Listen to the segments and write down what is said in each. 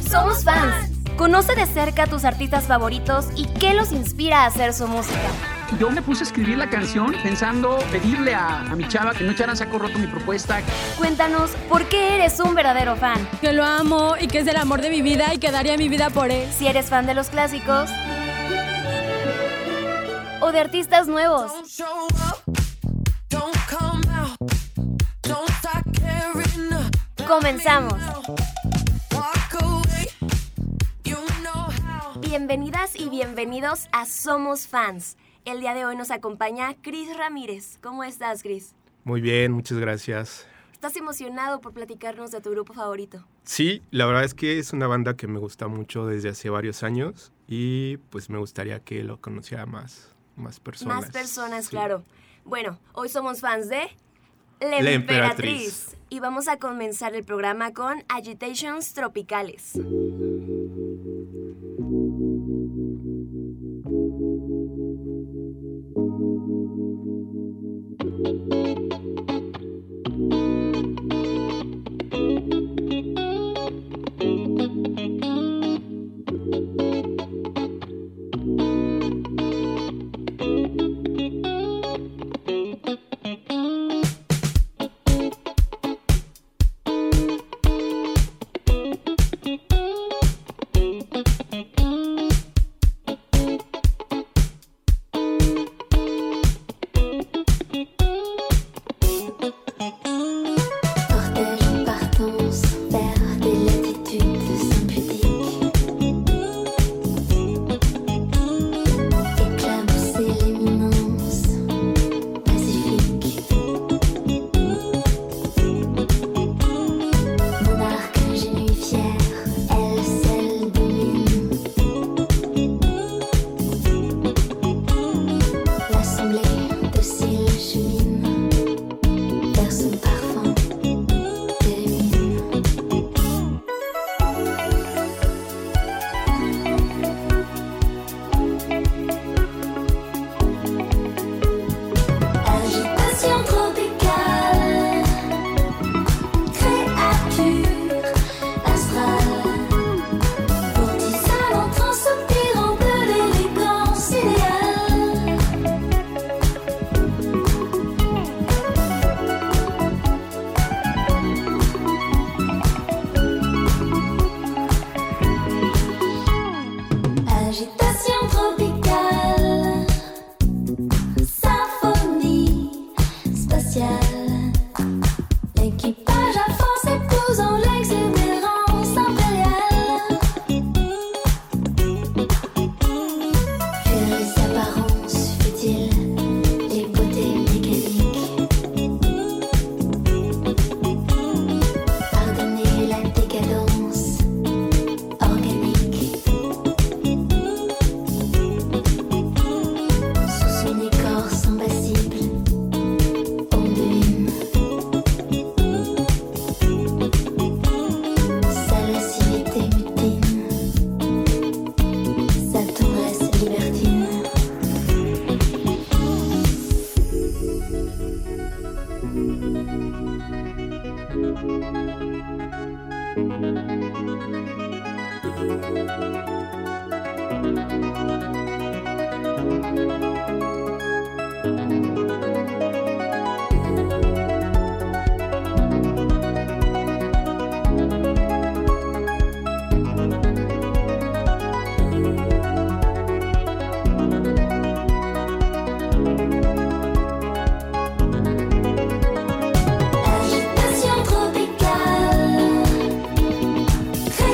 Somos fans. Conoce de cerca a tus artistas favoritos y qué los inspira a hacer su música. Yo me puse a escribir la canción pensando pedirle a mi chava que no echara en saco roto mi propuesta. Cuéntanos por qué eres un verdadero fan. Que lo amo y que es el amor de mi vida y que daría mi vida por él. Si eres fan de los clásicos o de artistas nuevos. Comenzamos. Bienvenidas y bienvenidos a Somos Fans. El día de hoy nos acompaña Chris Ramírez. ¿Cómo estás, Chris? Muy bien, muchas gracias. ¿Estás emocionado por platicarnos de tu grupo favorito? Sí, la verdad es que es una banda que me gusta mucho desde hace varios años y pues me gustaría que lo conociera más personas. Más personas, sí. Claro. Bueno, hoy somos fans de La Emperatriz. Y vamos a comenzar el programa con Agitations Tropicales.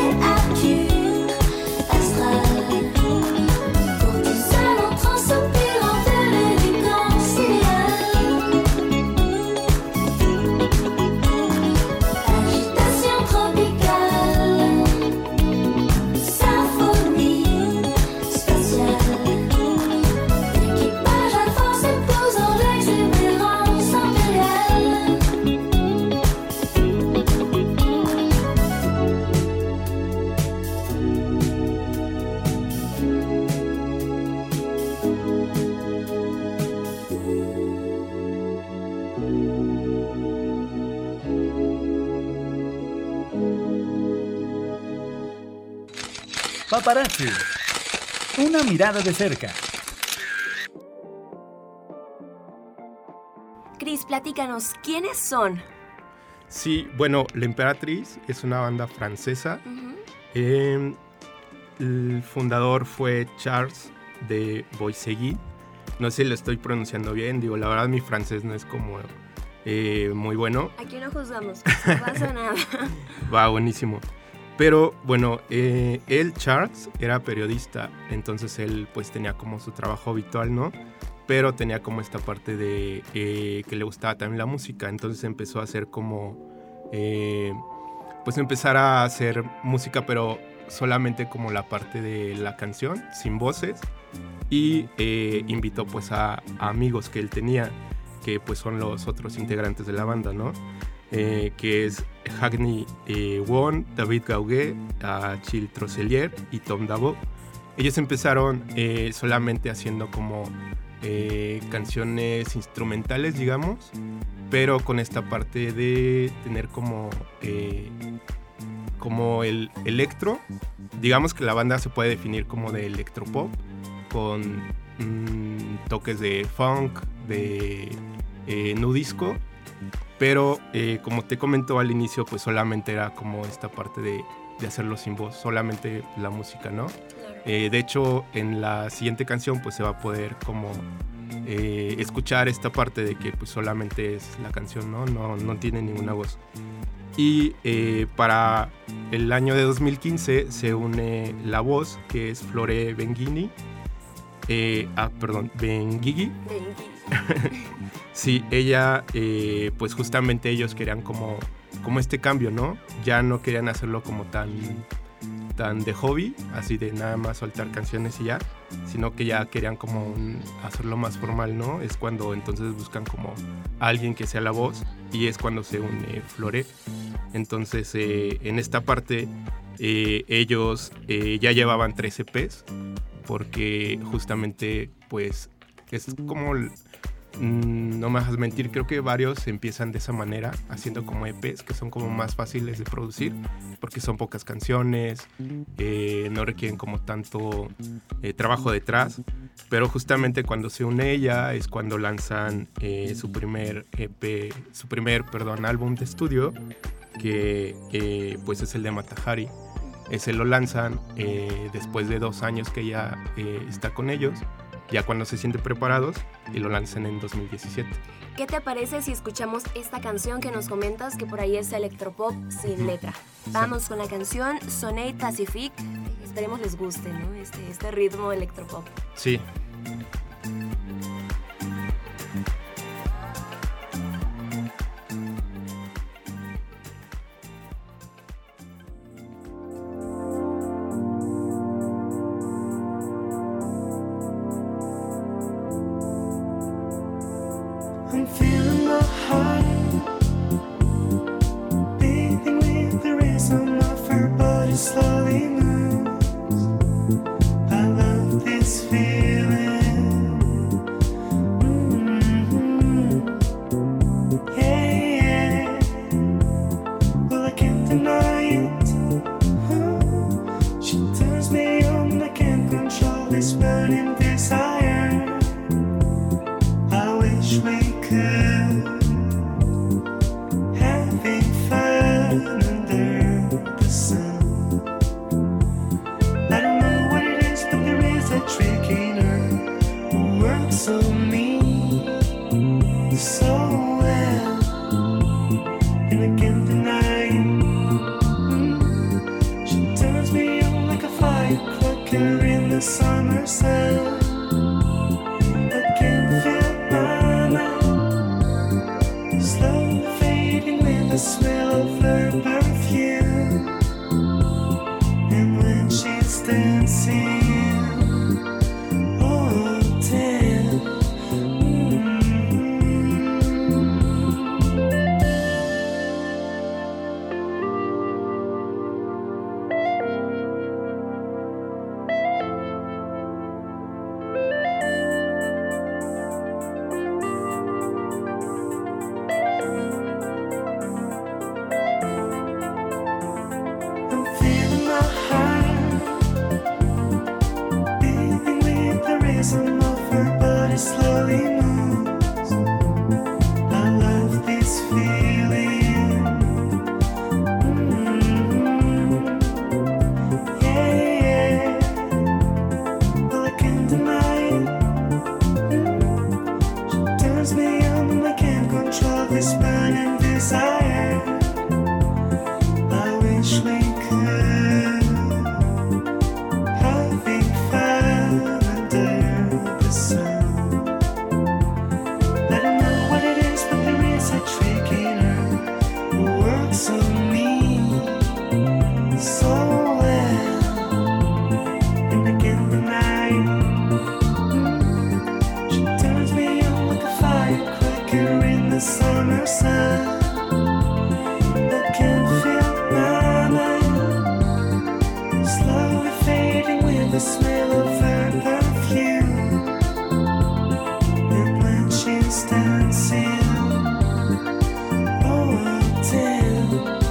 Créature astrale, courtisane en train Paparazzi. Una mirada de cerca. Chris, platícanos, ¿quiénes son? Sí, bueno, La Emperatriz es una banda francesa. El fundador fue Charles de Boissegui. No sé si lo estoy pronunciando bien, digo, la verdad mi francés no es como muy bueno. Aquí no juzgamos, no pasa nada. Va, buenísimo. Pero bueno, él, Charles, era periodista, entonces él pues tenía como su trabajo habitual, ¿no? Pero tenía como esta parte de que le gustaba también la música, entonces empezó a hacer como, pues empezar a hacer música, pero solamente como la parte de la canción, sin voces, y invitó pues a amigos que él tenía, que pues son los otros integrantes de la banda, ¿no? Que es Hackney Won, David Gauguet, Achille Trosselier y Tom Dabo. Ellos empezaron solamente haciendo como canciones instrumentales, digamos, pero con esta parte de tener como el electro. Digamos que la banda se puede definir como de electropop, con toques de funk, de nu disco. Pero como te comentó al inicio, pues solamente era como esta parte de hacerlo sin voz, solamente la música, ¿no? De hecho, en la siguiente canción pues se va a poder como escuchar esta parte de que pues solamente es la canción, ¿no? No tiene ninguna voz. Y para el año de 2015 se une la voz, que es Flore Benguigui. Benguigui. Sí, ella, pues justamente ellos querían como este cambio, ¿no? Ya no querían hacerlo como tan de hobby, así de nada más soltar canciones y ya, sino que ya querían como hacerlo más formal, ¿no? Es cuando entonces buscan como alguien que sea la voz y es cuando se une Flore. Entonces, en esta parte, ellos ya llevaban 3 EPs, porque justamente, pues, es como... No me dejas mentir, creo que varios empiezan de esa manera, haciendo como EPs que son como más fáciles de producir, porque son pocas canciones, no requieren como tanto trabajo detrás, pero justamente cuando se une ella es cuando lanzan su primer EP, álbum de estudio, que pues es el de Matahari. Ese lo lanzan después de 2 años que ella está con ellos, ya cuando se sienten preparados, y lo lanzan en 2017. ¿Qué te parece si escuchamos esta canción que nos comentas, que por ahí es electropop sin letra? Vamos con la canción Soleil Pacifique. Esperemos les guste, ¿no? Este ritmo electropop. Sí. I'm feeling my heart beating with the rhythm of her body slowly moves. I love this feeling. Yeah. Well, I can't deny it. She turns me on. I can't control this burning desire. I wish we could having fun under the sun. I don't know what it is, but there is a trick in her who works on me so well, and I can't deny it. She turns me on like a firecracker in the summer sun. I can feel slow fading with the smell of her perfume. And when she's dancing, oh damn. slowly fading with the smell of her perfume. And when she's dancing, oh damn.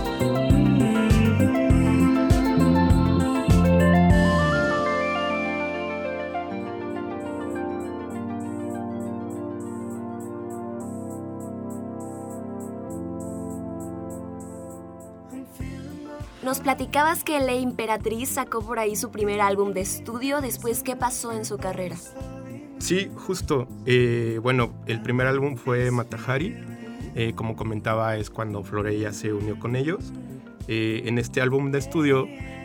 Nos platicabas que La Emperatriz sacó por ahí su primer álbum de estudio. Después, ¿qué pasó en su carrera? Sí, justo. Bueno, el primer álbum fue Matahari. Como comentaba, es cuando Floré ya se unió con ellos. En este álbum de estudio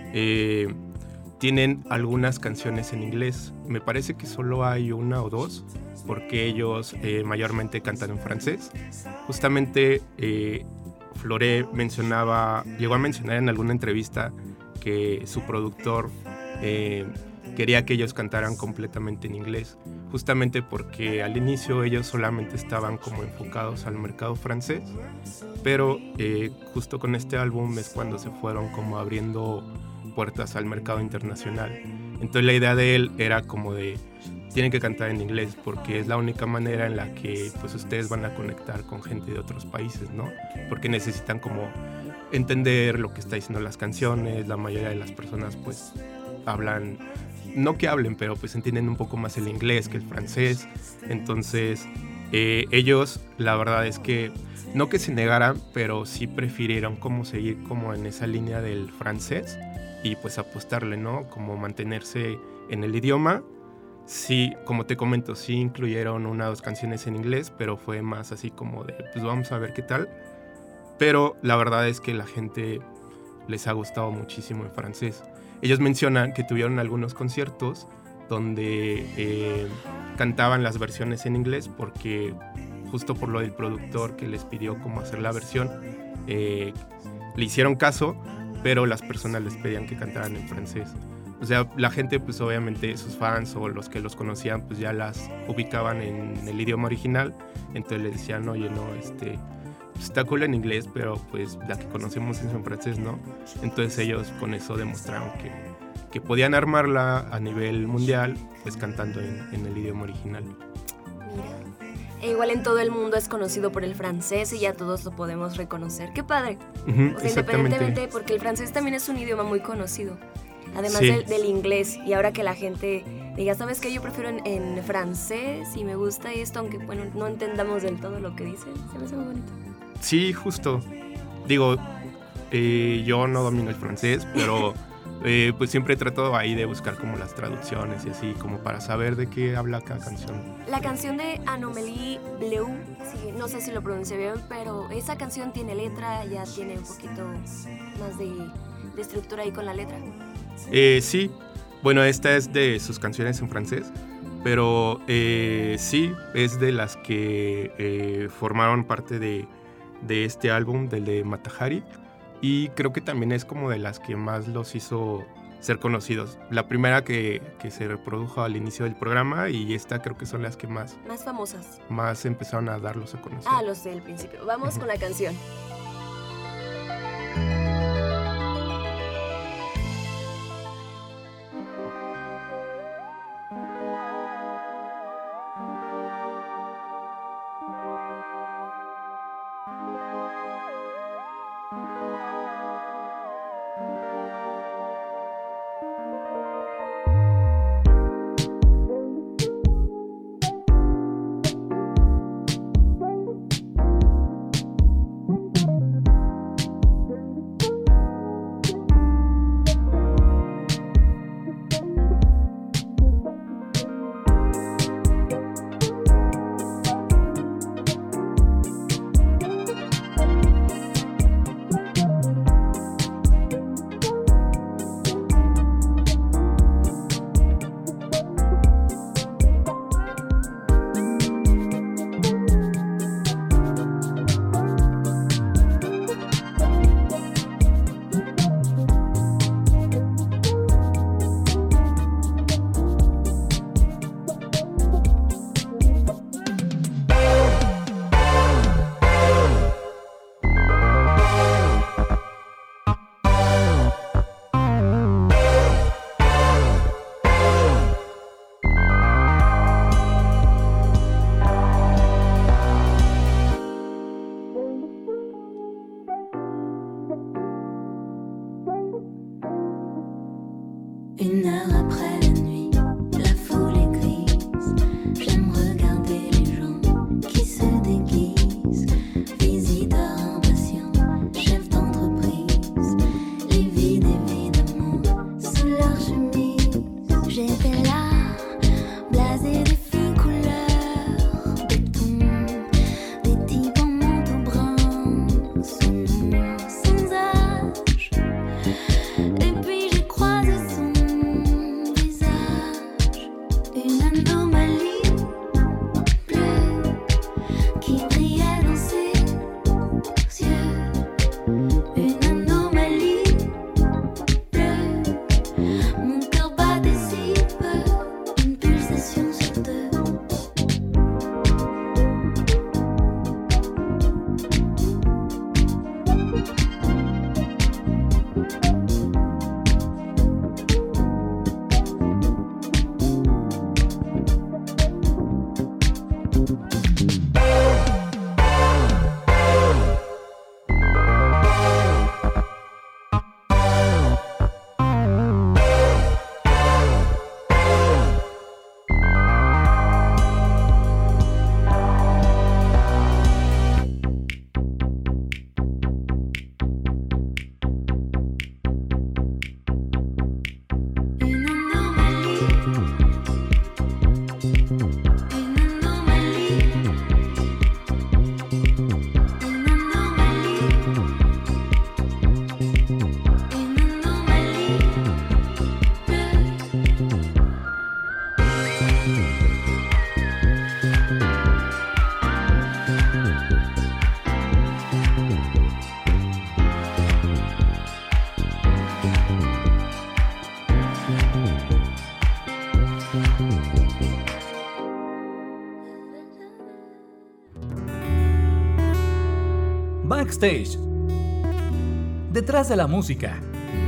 tienen algunas canciones en inglés. Me parece que solo hay una o dos, porque ellos mayormente cantan en francés. Justamente Floré llegó a mencionar en alguna entrevista que su productor quería que ellos cantaran completamente en inglés, justamente porque al inicio ellos solamente estaban como enfocados al mercado francés, pero justo con este álbum es cuando se fueron como abriendo puertas al mercado internacional. Entonces la idea de él era como de, tienen que cantar en inglés porque es la única manera en la que pues ustedes van a conectar con gente de otros países, ¿no? Porque necesitan como entender lo que está diciendo las canciones. La mayoría de las personas pues hablan, no que hablen, pero pues entienden un poco más el inglés que el francés. Entonces ellos, la verdad es que no que se negaran, pero sí prefirieron como seguir como en esa línea del francés y pues apostarle, ¿no? Como mantenerse en el idioma. Sí, como te comento, sí incluyeron una o dos canciones en inglés, pero fue más así como de, pues vamos a ver qué tal. Pero la verdad es que la gente les ha gustado muchísimo en francés. Ellos mencionan que tuvieron algunos conciertos donde cantaban las versiones en inglés porque justo por lo del productor que les pidió cómo hacer la versión, le hicieron caso, pero las personas les pedían que cantaran en francés. O sea, la gente, pues obviamente sus fans o los que los conocían, pues ya las ubicaban en el idioma original. Entonces les decían, oye, no, pues está cool en inglés, pero pues la que conocemos es en francés, ¿no? Entonces ellos con eso demostraron que podían armarla a nivel mundial, pues cantando en el idioma original. Mira, e igual en todo el mundo es conocido por el francés y ya todos lo podemos reconocer. ¡Qué padre! Uh-huh, o sea, independientemente, porque el francés también es un idioma muy conocido. Además sí. del inglés, y ahora que la gente diga, ¿sabes qué? Yo prefiero en francés y me gusta esto, aunque bueno, no entendamos del todo lo que dicen, se me hace muy bonito. Sí, justo. Digo, yo no domino el francés, pero pues siempre trato ahí de buscar como las traducciones y así, como para saber de qué habla cada canción. La canción de Anomalie Bleu, sí, no sé si lo pronuncié bien, pero esa canción tiene letra, ya tiene un poquito más de estructura ahí con la letra. Sí, bueno, esta es de sus canciones en francés, pero sí, es de las que formaron parte de este álbum, del de Matahari, y creo que también es como de las que más los hizo ser conocidos. La primera que se reprodujo al inicio del programa y esta creo que son las que más famosas. Más empezaron a darlos a conocer. Ah, los del principio. Vamos con la canción. Une heure après la nuit, la foule est grise. J'aime regarder les gens qui se déguisent. Visiteurs impatients, chefs d'entreprise. Livides évidemment, sous leur chemise. J'étais là, blasée des filles couleur béton. Des types en manteau brun, sans nom, sans âge. Et puis j'ai croisé son visage, une anomalie bleue qui brillait dans ses yeux. Une anomalie bleue, mon cœur battait si peu, une pulsation sur deux. Une anomalie, une anomalie, une anomalie, une anomalie bleue. Backstage. Detrás de la música.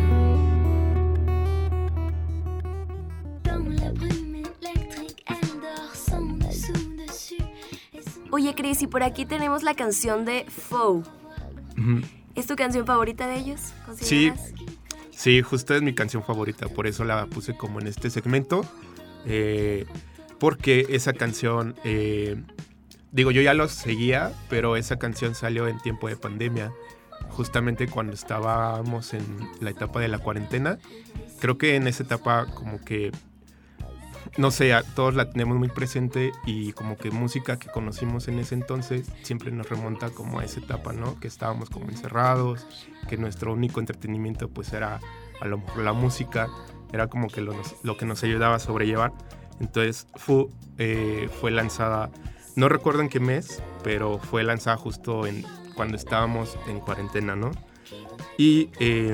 Dans la brume électrique, elle dort sans dessous, dessus. Et son Oye, Chris, y por aquí tenemos la canción de Foe. Ujú. ¿Es tu canción favorita de ellos? Sí, ¿Consideras? sí, justo es mi canción favorita, por eso la puse como en este segmento, porque esa canción, digo, yo ya los seguía, pero esa canción salió en tiempo de pandemia, justamente cuando estábamos en la etapa de la cuarentena. Creo que en esa etapa como que, no sé, todos la tenemos muy presente y como que música que conocimos en ese entonces siempre nos remonta como a esa etapa, ¿no? Que estábamos como encerrados, que nuestro único entretenimiento pues era a lo mejor la música, era como que lo que nos ayudaba a sobrellevar. Entonces fue lanzada, no recuerdo en qué mes, pero fue lanzada justo cuando estábamos en cuarentena, ¿no? Y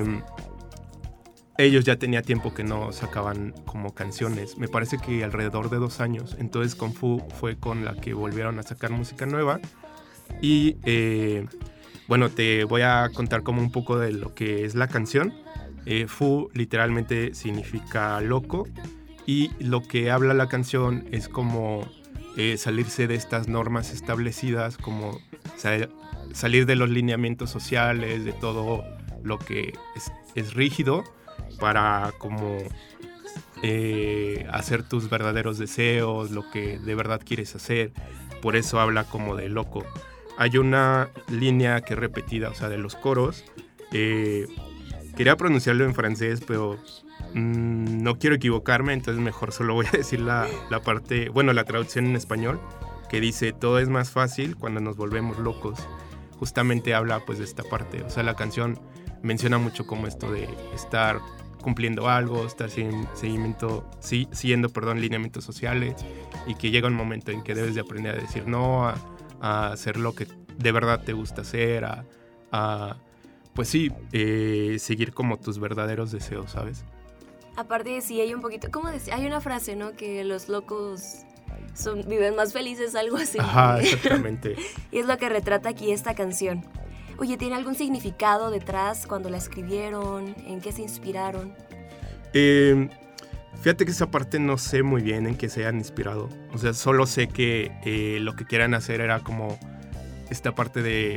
ellos ya tenía tiempo que no sacaban como canciones, me parece que alrededor de 2 años. Entonces con Fu fue con la que volvieron a sacar música nueva. Y bueno, te voy a contar como un poco de lo que es la canción. Fu literalmente significa loco, y lo que habla la canción es como salirse de estas normas establecidas, como salir de los lineamientos sociales, de todo lo que es rígido, para como hacer tus verdaderos deseos, lo que de verdad quieres hacer. Por eso habla como de loco. Hay una línea que es repetida, o sea, de los coros. Quería pronunciarlo en francés, pero no quiero equivocarme, entonces mejor solo voy a decir la parte, bueno, la traducción en español, que dice: todo es más fácil cuando nos volvemos locos. Justamente habla pues de esta parte, o sea, la canción menciona mucho como esto de estar cumpliendo algo, estar siguiendo lineamientos sociales, y que llega un momento en que debes de aprender a decir no, a hacer lo que de verdad te gusta hacer, pues sí, seguir como tus verdaderos deseos, ¿sabes? Aparte, sí, hay un poquito, ¿cómo decir? Hay una frase, ¿no? Que los locos viven más felices, algo así. Ajá, exactamente. Y es lo que retrata aquí esta canción. Oye, ¿tiene algún significado detrás cuando la escribieron? ¿En qué se inspiraron? Fíjate que esa parte no sé muy bien en qué se han inspirado. O sea, solo sé que lo que quieran hacer era como esta parte de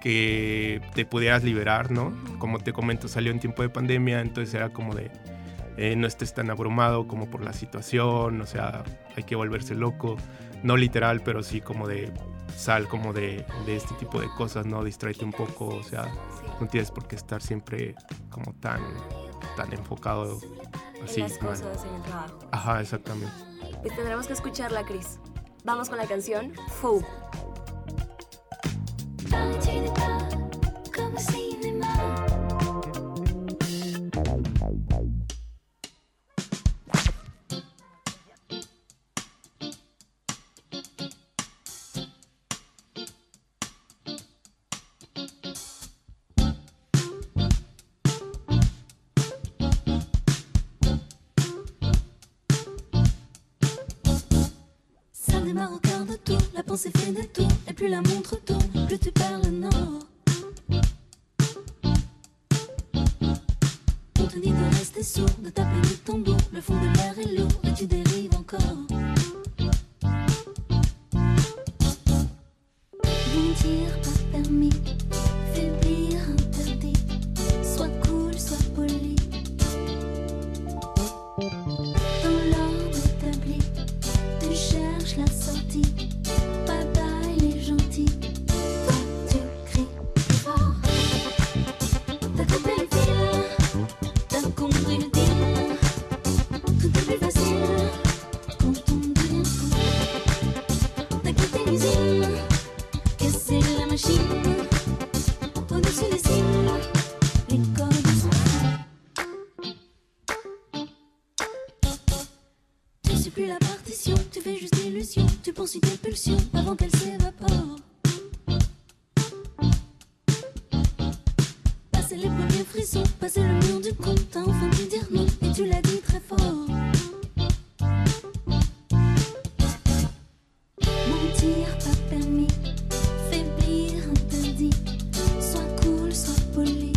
que te pudieras liberar, ¿no? Como te comento, salió en tiempo de pandemia, entonces era como de no estés tan abrumado como por la situación, o sea, hay que volverse loco, no literal, pero sí como de sal como de este tipo de cosas, ¿no? Distráete un poco, o sea, no tienes por qué estar siempre como tan enfocado así. En las cosas, en el trabajo. Ajá, exactamente. Pues tendremos que escucharla, Chris. Vamos con la canción Fou. Tu n'es pas comme au cinéma. Ça démarre au quart de tour, la pensée fait des tours, et plus la montre tourne, plus tu perds le nord. On te dit de rester sourd, de taper du tambour, le fond de l'air est lourd, et tu dérives encore. Mentir pas permis, faiblir interdit, sois cool, sois poli. Dans l'ordre établi, tu cherches la sortie. Bye bye les gentils. Toi tu cries plus fort. T'as coupé le fil, t'as compris le deal. Tout est plus facile quand on devient fou. T'as quitté l'usine, cassé la machine. Au-dessus des cimes, les codes sont fous. Tu suis plus la partition, tu fais juste illusion. Tu poursuis tes pulsions avant qu'elles s'évaporent. Passer les premiers frissons, passer le mur du compte. T'as enfin pu dire non et tu l'as dit très fort. Mentir pas permis, faiblir interdit. Sois cool, sois poli.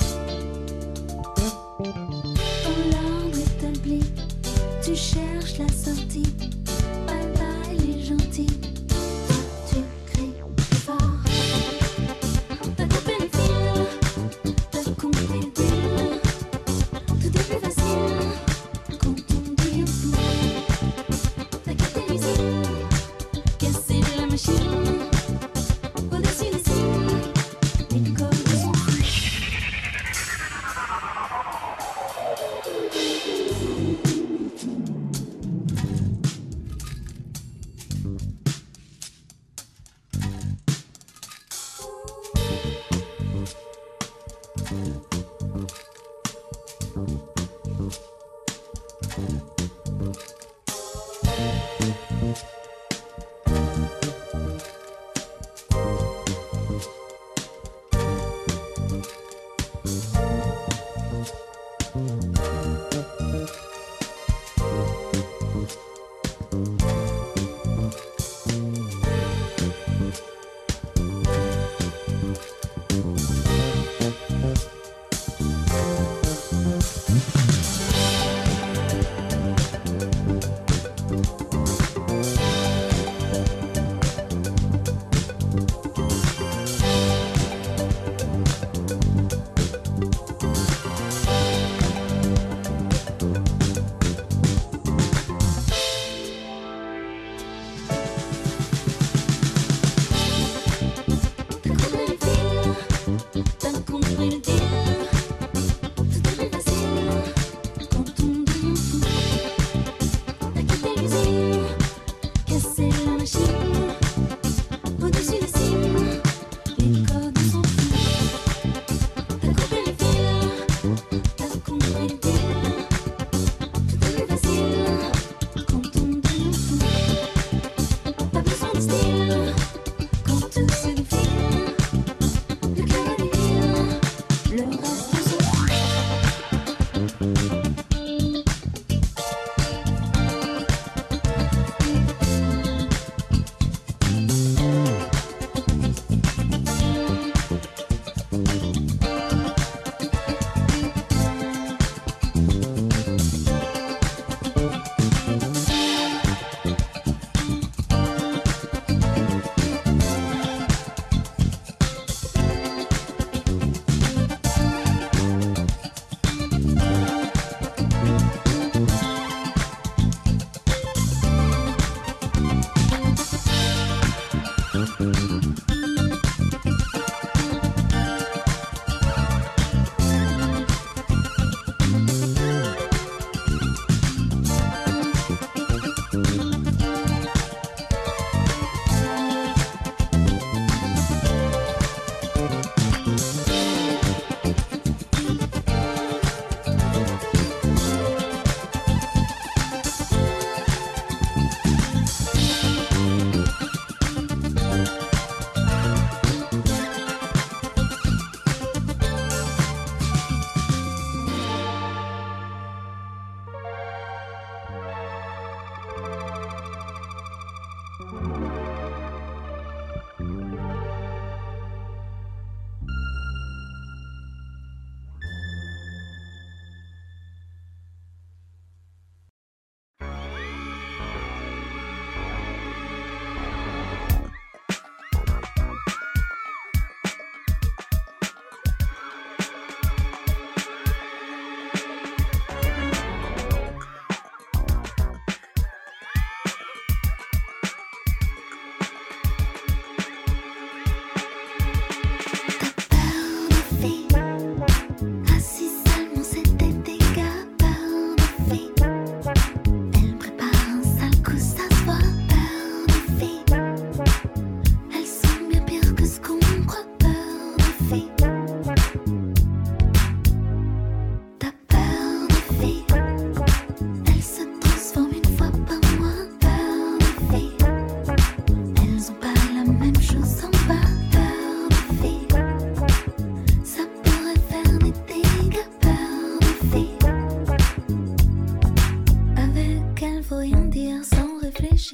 Dans l'ordre établi, tu cherches la sortie. Bye bye les gentils. Toi tu cries plus fort. T'as coupé le fil, t'as compris le deal. Tout est plus facile quand on devient fou. T'as quitté l'usine, cassé la machine. Au-dessus des cimes, les codes sont fous.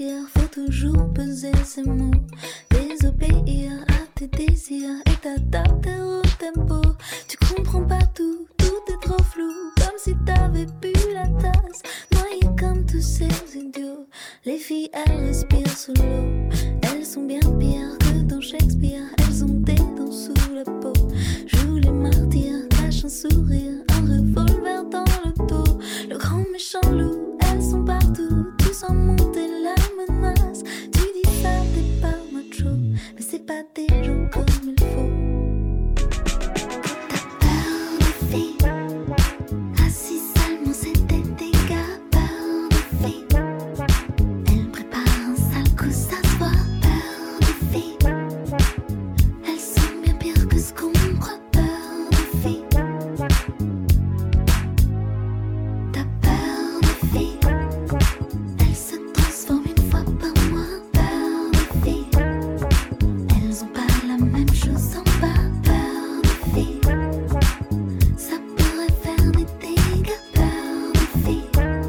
plaisir, faut toujours peser ses mots. Désobéir à tes désirs et t'adapter au tempo. Tu comprends pas tout, tout est trop flou. Comme si t'avais bu la tasse, noyé comme tous ces idiots. Les filles, elles respirent sous l'eau. Elles sont bien pires que dans Shakespeare. Elles ont des dents sous la peau. Jouent les martyrs, cachent un sourire, un revolver dans le dos. Le grand méchant loup, elles sont partout. Tous en monter la menace. Tu dis ça, t'es pas macho, mais c'est pas des gens comme il faut. T'as peur des filles, assis seulement c'est des dégâts. Peur des filles, elles préparent un sale coup, ça se voit. Peur des filles, elles sont bien pires que ce qu'on croit. Peur des filles, t'as peur des filles, elles se transforment une fois par mois. Peur des filles, elles ont pas la même chose en bas. Peur des filles, ça pourrait faire des dégâts. Peur des filles.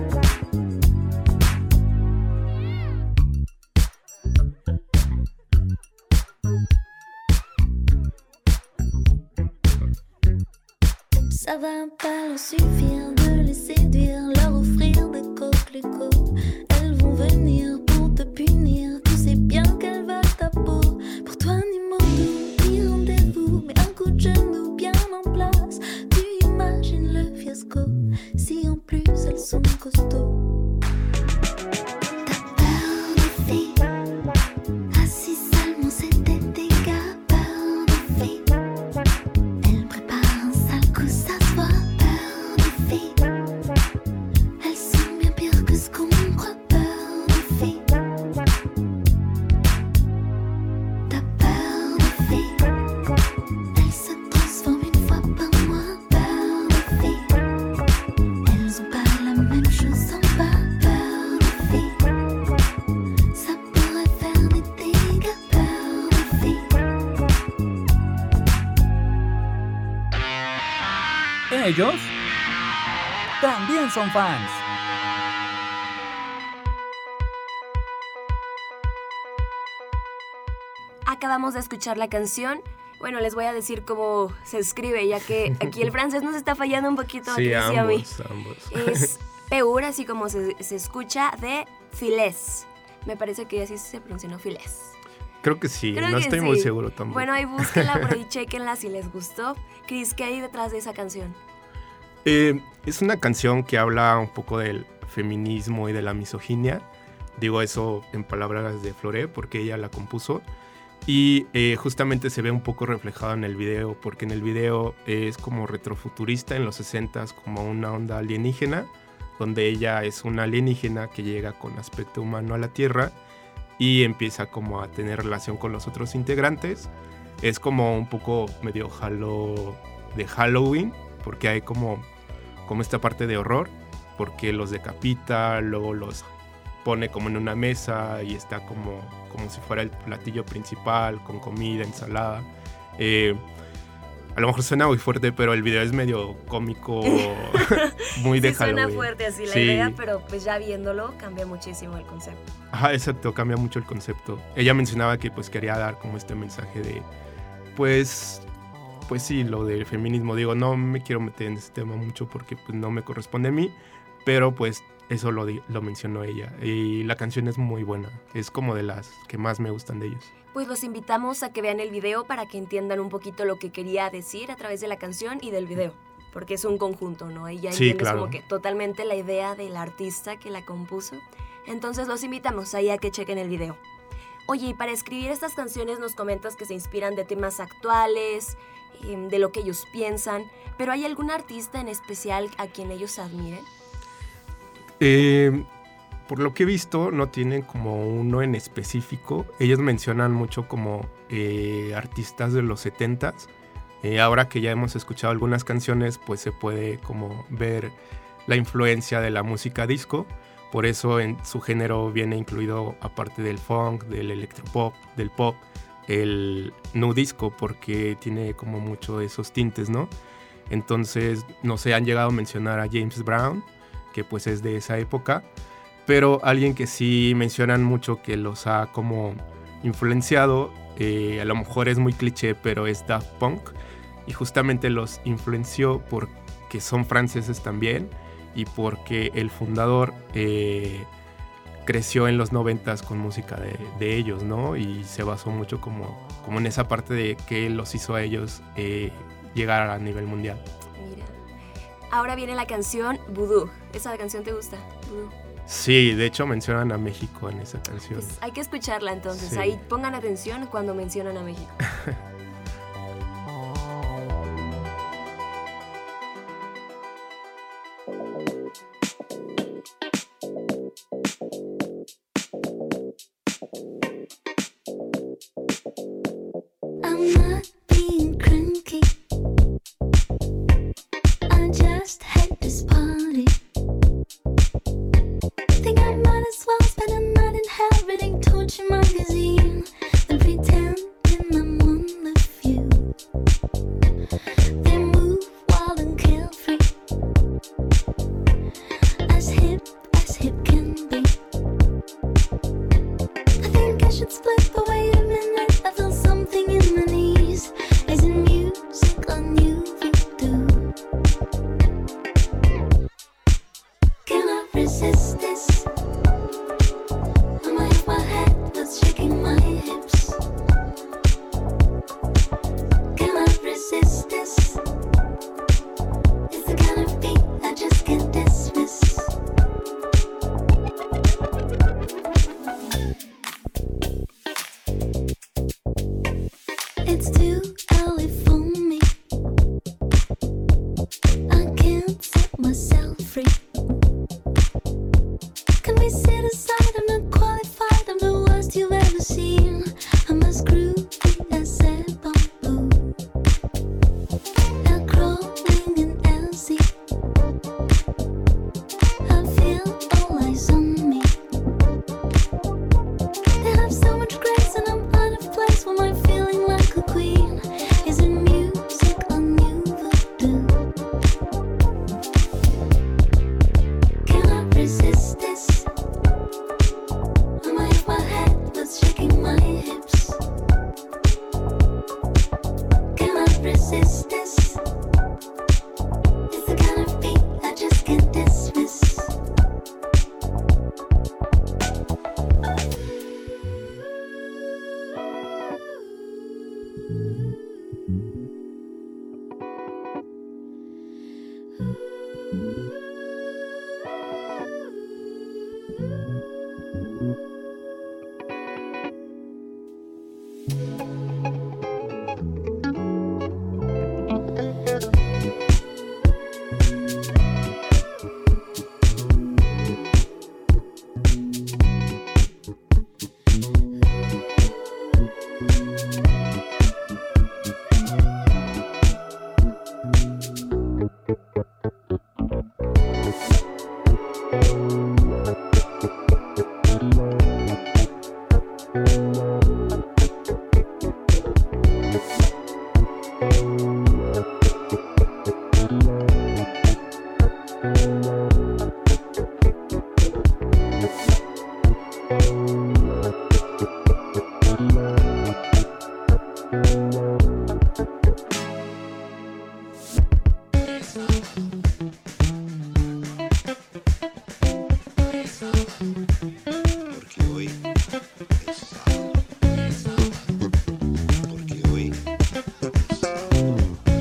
Ça va pas leur suffire de les séduire, leur offrir des coquelicots. Elles vont venir pour te punir, tu sais bien qu'elles veulent ta peau. Pour toi ni mot doux, ni rendez-vous, mais un coup de genou bien en place. Tu imagines le fiasco, si en plus elles sont costauds. T'as peur des filles, assis seulement c'est des dégâts. Peur des filles, elles préparent un sale coup, ça se voit. Peur des filles, elles sont bien pires que ce qu'on croit. Peur des filles, t'as peur des filles, elles se transforment une fois par mois. Peur des filles, elles ont pas la même chose en bas. Peur des filles, ça pourrait faire des dégâts. Peur des filles. Ellos también son fans. Acabamos de escuchar la canción. Bueno, les voy a decir cómo se escribe, ya que aquí el francés nos está fallando un poquito. Sí, a Cris y a mí. ambos. Es Peur, así como se escucha, de Filés. Me parece que así se pronunció, Filés. Creo que sí, Creo no que estoy sí. muy seguro tampoco. Bueno, ahí búsquenla por ahí, chequenla si les gustó. Cris, ¿qué hay detrás de esa canción? Es una canción que habla un poco del feminismo y de la misoginia. Digo eso en palabras de Floré porque ella la compuso. Y justamente se ve un poco reflejado en el video, porque en el video es como retrofuturista en los 60s, como una onda alienígena, donde ella es una alienígena que llega con aspecto humano a la Tierra y empieza como a tener relación con los otros integrantes. Es como un poco medio de Halloween, porque hay como esta parte de horror, porque los decapita, luego los pone como en una mesa y está como si fuera el platillo principal, con comida, ensalada. A lo mejor suena muy fuerte, pero el video es medio cómico, muy de Sí, Halloween. suena fuerte así la Sí. idea, pero pues ya viéndolo cambia muchísimo el concepto. Ajá, exacto, cambia mucho el concepto. Ella mencionaba que pues quería dar como este mensaje de, pues sí, lo del feminismo. Digo, no me quiero meter en ese tema mucho porque pues no me corresponde a mí, pero pues eso lo mencionó ella. Y la canción es muy buena, es como de las que más me gustan de ellos. Pues los invitamos a que vean el video para que entiendan un poquito lo que quería decir a través de la canción y del video, porque es un conjunto, ¿no? Ahí ya Sí, entiendes claro. como que totalmente la idea del artista que la compuso. Entonces los invitamos ahí a que chequen el video. Oye, y para escribir estas canciones nos comentas que se inspiran de temas actuales, de lo que ellos piensan, pero ¿hay algún artista en especial a quien ellos admiren? Por lo que he visto, no tienen como uno en específico. Ellos mencionan mucho como artistas de los 70s. Ahora que ya hemos escuchado algunas canciones, pues se puede como ver la influencia de la música disco. Por eso en su género viene incluido, aparte del funk, del electropop, del pop, el nu disco, porque tiene como mucho de esos tintes, ¿no? Entonces, no sé, han llegado a mencionar a James Brown, que pues es de esa época. Pero alguien que sí mencionan mucho que los ha como influenciado, a lo mejor es muy cliché, pero es Daft Punk. Y justamente los influenció porque son franceses también y porque el fundador creció en los 90s con música de ellos, ¿no? Y se basó mucho como en esa parte de que los hizo a ellos llegar a nivel mundial. Mira. Ahora viene la canción Voodoo. ¿Esa canción te gusta? Voodoo. Sí, de hecho mencionan a México en esa canción. Pues hay que escucharla entonces. Sí. Ahí pongan atención cuando mencionan a México. I'm not being cranky. I just had this party. Think I might as well spend a night in hell reading Torture magazine than pretending I'm one of you. They move wild and carefree, as hip can be. I think I should split, but wait a minute, I feel something in my knees. Is it music or new voodoo? Can I resist this? Am I off my head what's shaking my hips? Can I resist this? It's the kind of beat I just can't dismiss. It's too early for me. I can't set myself free. Can we sit aside? I'm not qualified. I'm the worst you've ever seen. I'm as groovy as a bamboo. Now crawling in Elsie. I feel all eyes on me. They have so much grace and I'm out of place. When I'm feeling like a queen. Is it music or new voodoo? Can I resist this? Am I off my head what's shaking my hips? Can I resist this? It's the kind of beat I just can't dismiss. Porque hoy es sábado. Porque hoy es sábado.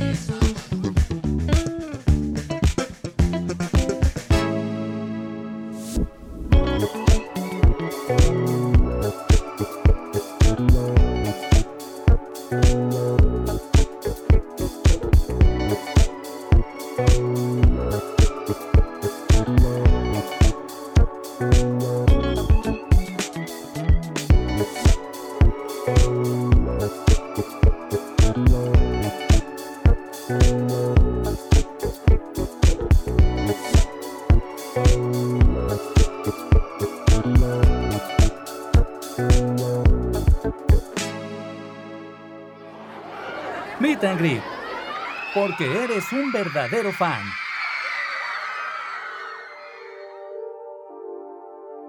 Meet and Greet, porque eres un verdadero fan.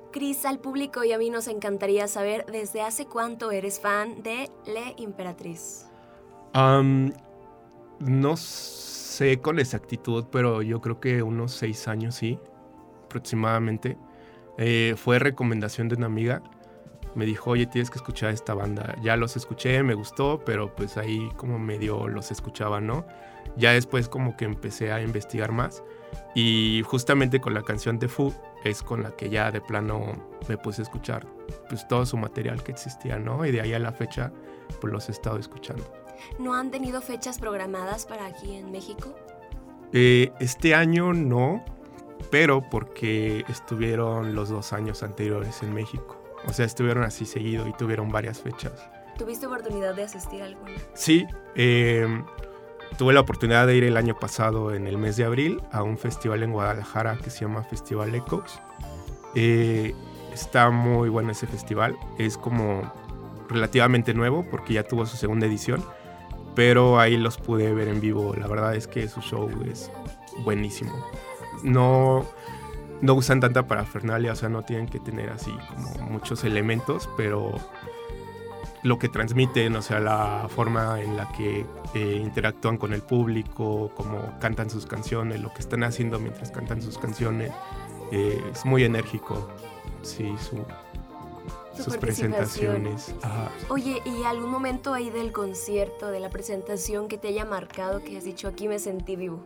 Cris, al público y a mí nos encantaría saber desde hace cuánto eres fan de Le Imperatriz. No sé con exactitud, pero yo creo que unos 6 años sí, aproximadamente. Fue recomendación de una amiga. Me dijo, oye, tienes que escuchar esta banda. Ya los escuché, me gustó, pero pues ahí como medio los escuchaba, ¿no? Ya después como que empecé a investigar más. Y justamente con la canción de Foo es con la que ya de plano me puse a escuchar pues todo su material que existía, ¿no? Y de ahí a la fecha pues los he estado escuchando. ¿No han tenido fechas programadas para aquí en México? Este año no, pero porque estuvieron los 2 años anteriores en México. O sea, estuvieron así seguido y tuvieron varias fechas. ¿Tuviste oportunidad de asistir a alguna? Sí, tuve la oportunidad de ir el año pasado en el mes de abril a un festival en Guadalajara que se llama Festival Echoes. Está muy bueno ese festival. Es como relativamente nuevo porque ya tuvo su segunda edición, pero ahí los pude ver en vivo. La verdad es que su show es buenísimo. No usan tanta parafernalia, o sea, no tienen que tener así como muchos elementos, pero lo que transmiten, o sea, la forma en la que interactúan con el público, cómo cantan sus canciones, lo que están haciendo mientras cantan sus canciones, es muy enérgico, sí, sus presentaciones. Ajá. Oye, ¿y algún momento ahí del concierto, de la presentación que te haya marcado, que has dicho, aquí me sentí vivo?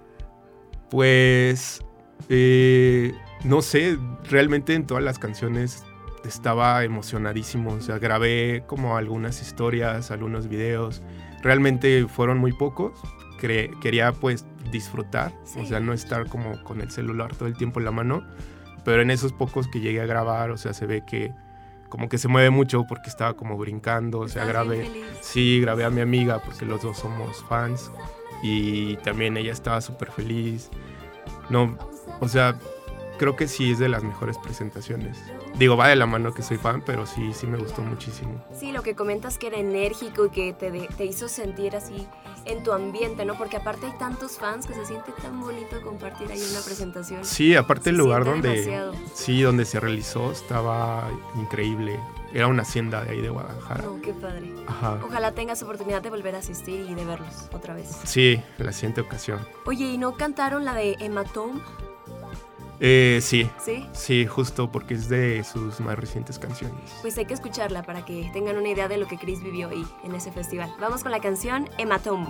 Pues, no sé, realmente en todas las canciones estaba emocionadísimo, o sea, grabé como algunas historias, algunos videos, realmente fueron muy pocos, quería pues disfrutar, sí. O sea, no estar como con el celular todo el tiempo en la mano, pero en esos pocos que llegué a grabar, o sea, se ve que como que se mueve mucho porque estaba como brincando, o sea, grabé a mi amiga porque los dos somos fans y también ella estaba súper feliz, no, o sea, creo que sí es de las mejores presentaciones. Digo, va de la mano que soy fan, pero sí me gustó muchísimo. Sí, lo que comentas que era enérgico y que te hizo sentir así en tu ambiente, ¿no? Porque aparte hay tantos fans que se siente tan bonito compartir ahí una presentación. Sí, aparte el lugar donde se realizó estaba increíble. Era una hacienda de ahí de Guadalajara. No, qué padre. Ajá. Ojalá tengas oportunidad de volver a asistir y de verlos otra vez. Sí, la siguiente ocasión. Oye, ¿y no cantaron la de Hematome? Sí. ¿Sí? Sí, justo porque es de sus más recientes canciones. Pues hay que escucharla para que tengan una idea de lo que Cris vivió ahí en ese festival. Vamos con la canción Hematome.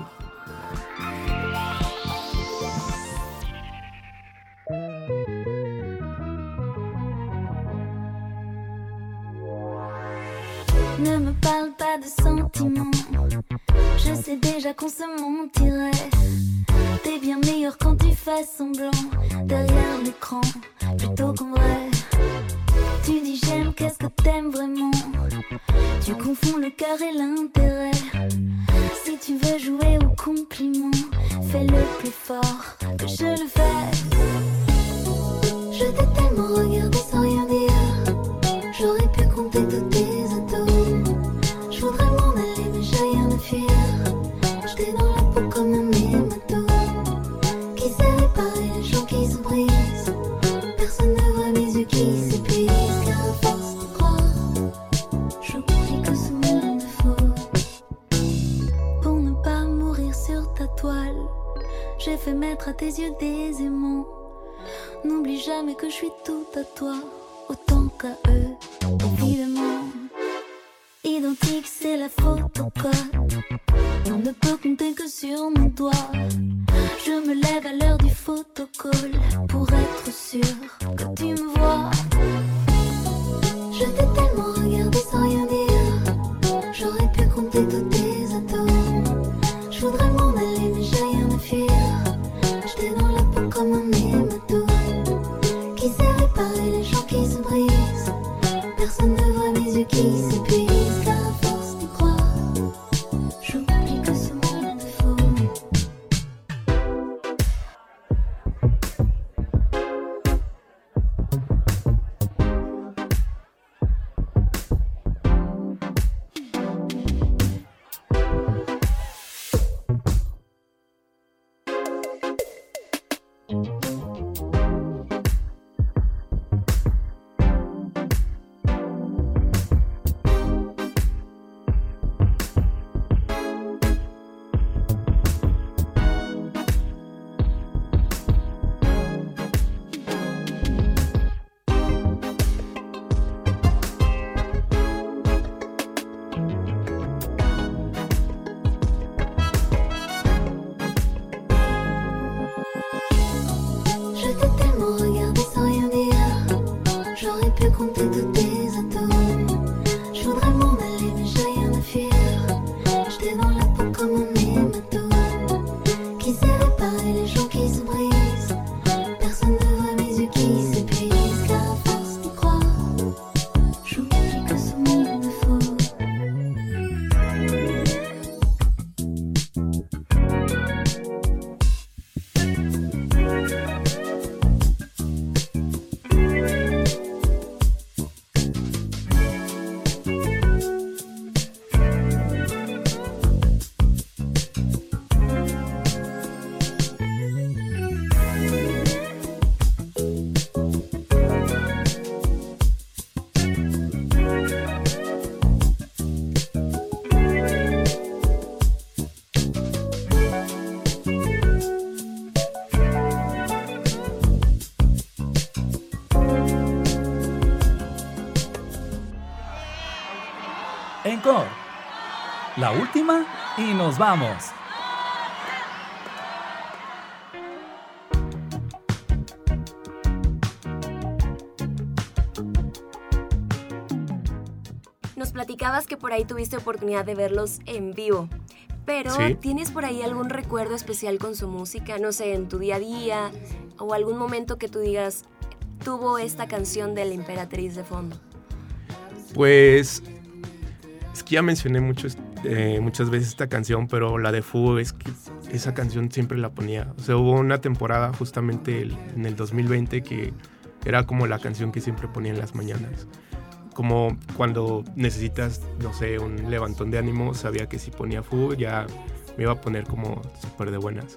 Ne me parle pas de sentiments. Je sais déjà qu'on se mentirait. T'es bien meilleur quand tu fais semblant derrière l'écran, plutôt qu'en vrai. Tu dis j'aime, qu'est-ce que t'aimes vraiment? Tu confonds le cœur et l'intérêt. Si tu veux jouer au compliment, fais-le plus fort que je le fais. Je t'ai tellement regardé sans rien dire. J'aurais pu compter tous tes atomes. Je voudrais m'en aller mais j'ai rien à fuir. J'étais dans la peau comme un hématome qui sait réparer les gens qui se brisent. Personne ne voit mes yeux qui s'épuisent. Car à force de croire, j'oublie que ce monde est faux. Pour ne pas mourir sur ta toile, j'ai fait mettre à tes yeux des aimants. N'oublie jamais que je suis tout à toi, autant qu'à eux, évidemment. Identique, c'est la photocopie. On ne peut compter que sur mon doigt. Je me lève à l'heure du photocall pour être sûr que tu me vois. Je t'ai tellement regardé sans rien dire. J'aurais pu compter tous tes atomes. Je voudrais m'en aller mais j'ai rien à fuir. J'étais dans la peau comme un hématome qui sait réparer les gens qui se brisent. Personne ne voit mes yeux qui s'épuisent. Car à force d'y croire, j'oublie que ce monde est faux. J'aurais pu compter tous tes atomes. Je voudrais m'en aller, mais j'ai rien à fuir. J'étais dans la peau comme un hématome qui sait réparer les gens qui se brisent. Personne ne voit mes yeux qui s'épuisent, car à force d'y croire, j'oublie que ce monde est faux. Encore. La última y nos vamos. Nos platicabas que por ahí tuviste oportunidad de verlos en vivo, pero Sí. ¿tienes por ahí algún recuerdo especial con su música? No sé, en tu día a día o algún momento que tú digas, tuvo esta canción de La Emperatriz de fondo. Pues es que ya mencioné muchas veces esta canción, pero la de Fu es que esa canción siempre la ponía. O sea, hubo una temporada justamente en el 2020 que era como la canción que siempre ponía en las mañanas. Como cuando necesitas, no sé, un levantón de ánimo, sabía que si ponía Fu ya me iba a poner como súper de buenas.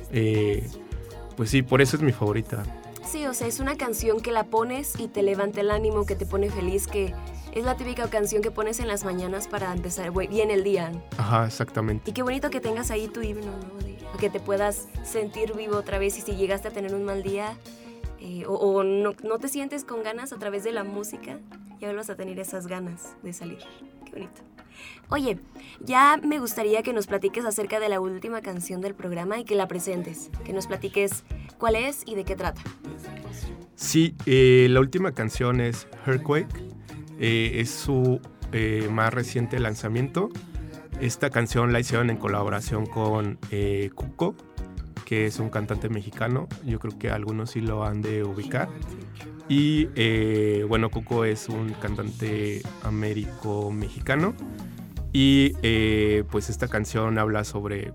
Pues sí, por eso es mi favorita. Sí, o sea, es una canción que la pones y te levanta el ánimo, que te pone feliz, que es la típica canción que pones en las mañanas para empezar bien el día. Ajá, exactamente. Y qué bonito que tengas ahí tu himno, ¿no? Que te puedas sentir vivo otra vez, y si llegaste a tener un mal día o no te sientes con ganas a través de la música, ya vuelvas a tener esas ganas de salir. Qué bonito. Oye, ya me gustaría que nos platiques acerca de la última canción del programa y que la presentes, que nos platiques cuál es y de qué trata. Sí, la última canción es Earthquake, es su más reciente lanzamiento. Esta canción la hicieron en colaboración con Cuco, que es un cantante mexicano. Yo creo que algunos sí lo han de ubicar. Y bueno, Cuco es un cantante américo-mexicano. Y pues esta canción habla sobre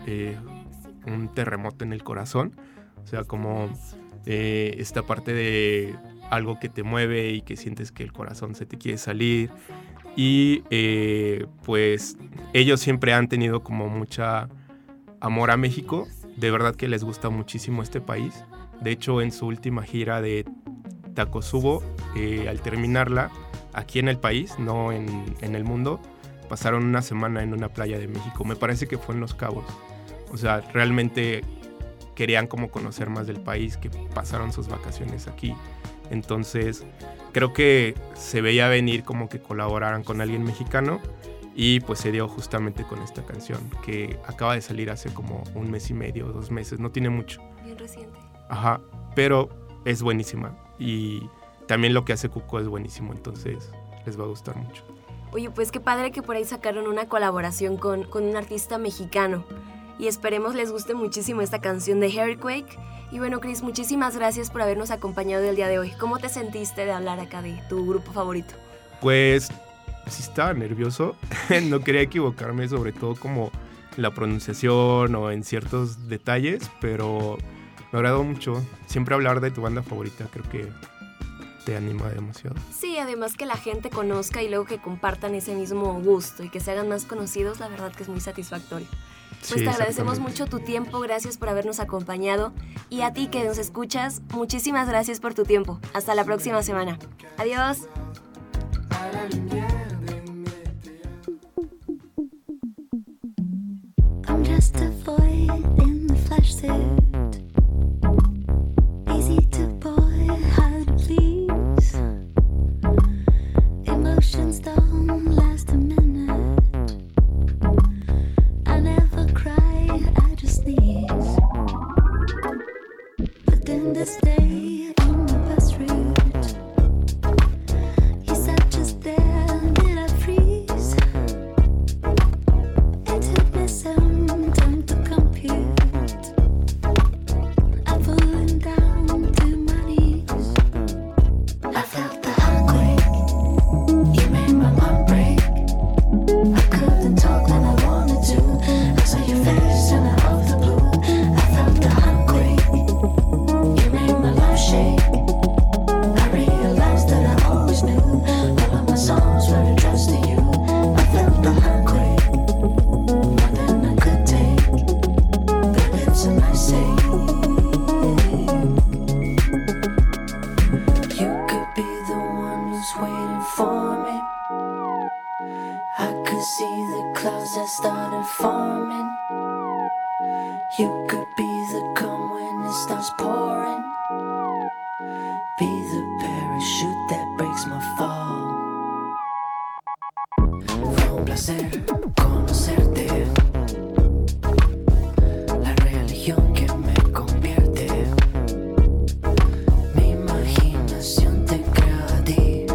un terremoto en el corazón. O sea, como esta parte de algo que te mueve y que sientes que el corazón se te quiere salir. Y pues ellos siempre han tenido como mucha amor a México. De verdad que les gusta muchísimo este país. De hecho, en su última gira de Tacosubo, al terminarla aquí en el país, no en el mundo, pasaron una semana en una playa de México. Me parece que fue en Los Cabos. O sea, realmente querían como conocer más del país, que pasaron sus vacaciones aquí. Entonces, creo que se veía venir como que colaboraran con alguien mexicano, y pues se dio justamente con esta canción, que acaba de salir hace como 1 mes y medio, 2 meses, no tiene mucho. Bien reciente. Ajá, pero es buenísima, y también lo que hace Cuco es buenísimo, entonces les va a gustar mucho. Oye, pues qué padre que por ahí sacaron una colaboración con un artista mexicano. Y esperemos les guste muchísimo esta canción de Earthquake. Y bueno, Chris, muchísimas gracias por habernos acompañado el día de hoy. ¿Cómo te sentiste de hablar acá de tu grupo favorito? Pues sí estaba nervioso, no quería equivocarme, sobre todo como en la pronunciación o en ciertos detalles, pero me agradó mucho. Siempre hablar de tu banda favorita creo que te anima demasiado. Sí, además que la gente conozca y luego que compartan ese mismo gusto y que se hagan más conocidos, la verdad que es muy satisfactorio. Pues Sí, te agradecemos exactamente. mucho tu tiempo, gracias por habernos acompañado. Y a ti que nos escuchas, muchísimas gracias por tu tiempo. Hasta la próxima semana. Adiós. I'm just a void in the flesh suit. Easy to bore, hard to please. Emotions don't last a minute. I never cry, I just sneeze. But in this day, on the bus route, You could be the one who's waiting for me. I could see the clouds that started forming. You could be the calm when it starts pouring. Be the parachute that breaks my fall. Fue un placer conocerte. La religión que me convierte. Mi imaginación te crea a ti.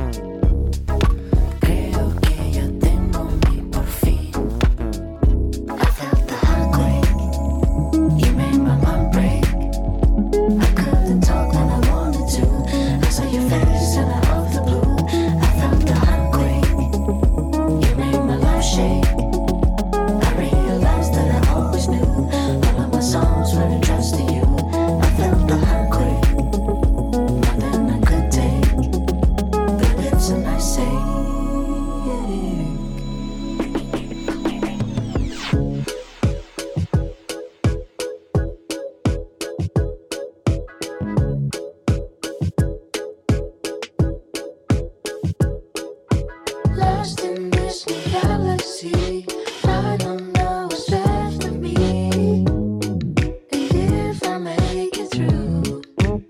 Creo que ya tengo mi por fin. I felt the heartquake. You made my mind break. I couldn't talk when I wanted to. I saw your face and out of the blue. I felt the heartquake. You made my life shake. I realized that I always knew all of my songs were addressed to you. I felt the heartquake more than I could take. But it's a nice ache. Lost in this new galaxy, I don't know what's left of me. And if I make it through,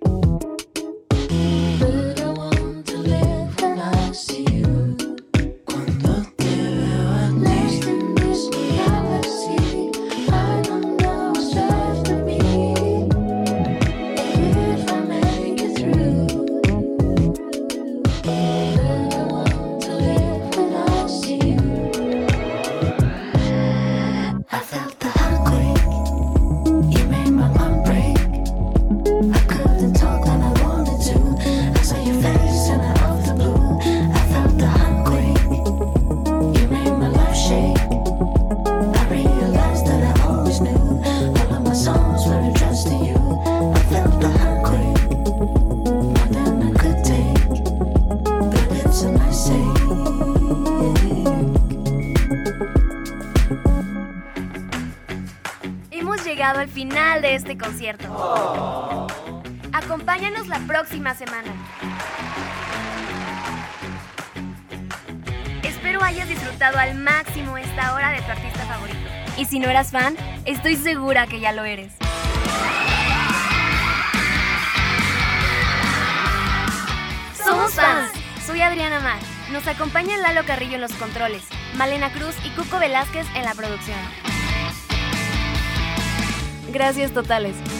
but I want to live when I see you. Cuando te veo a ti. Lost in this new galaxy, I don't know what's left of me. And if I make it through, but I want to live when I see you. I felt the heartquake. You made my mind break. I couldn't talk when I wanted to. I saw your face and out of the blue. I felt the heartquake. You made my life shake. I realized that I always knew all of my songs were addressed to you. I felt the heartquake more than I could take. But it's a nice ache. Hemos llegado al final de este concierto. Acompáñanos la próxima semana. Espero hayas disfrutado al máximo esta hora de tu artista favorito. Y si no eras fan, estoy segura que ya lo eres. Somos fans. Soy Adriana Mar. Nos acompañan Lalo Carrillo en los controles, Malena Cruz y Cuco Velázquez en la producción. Gracias totales.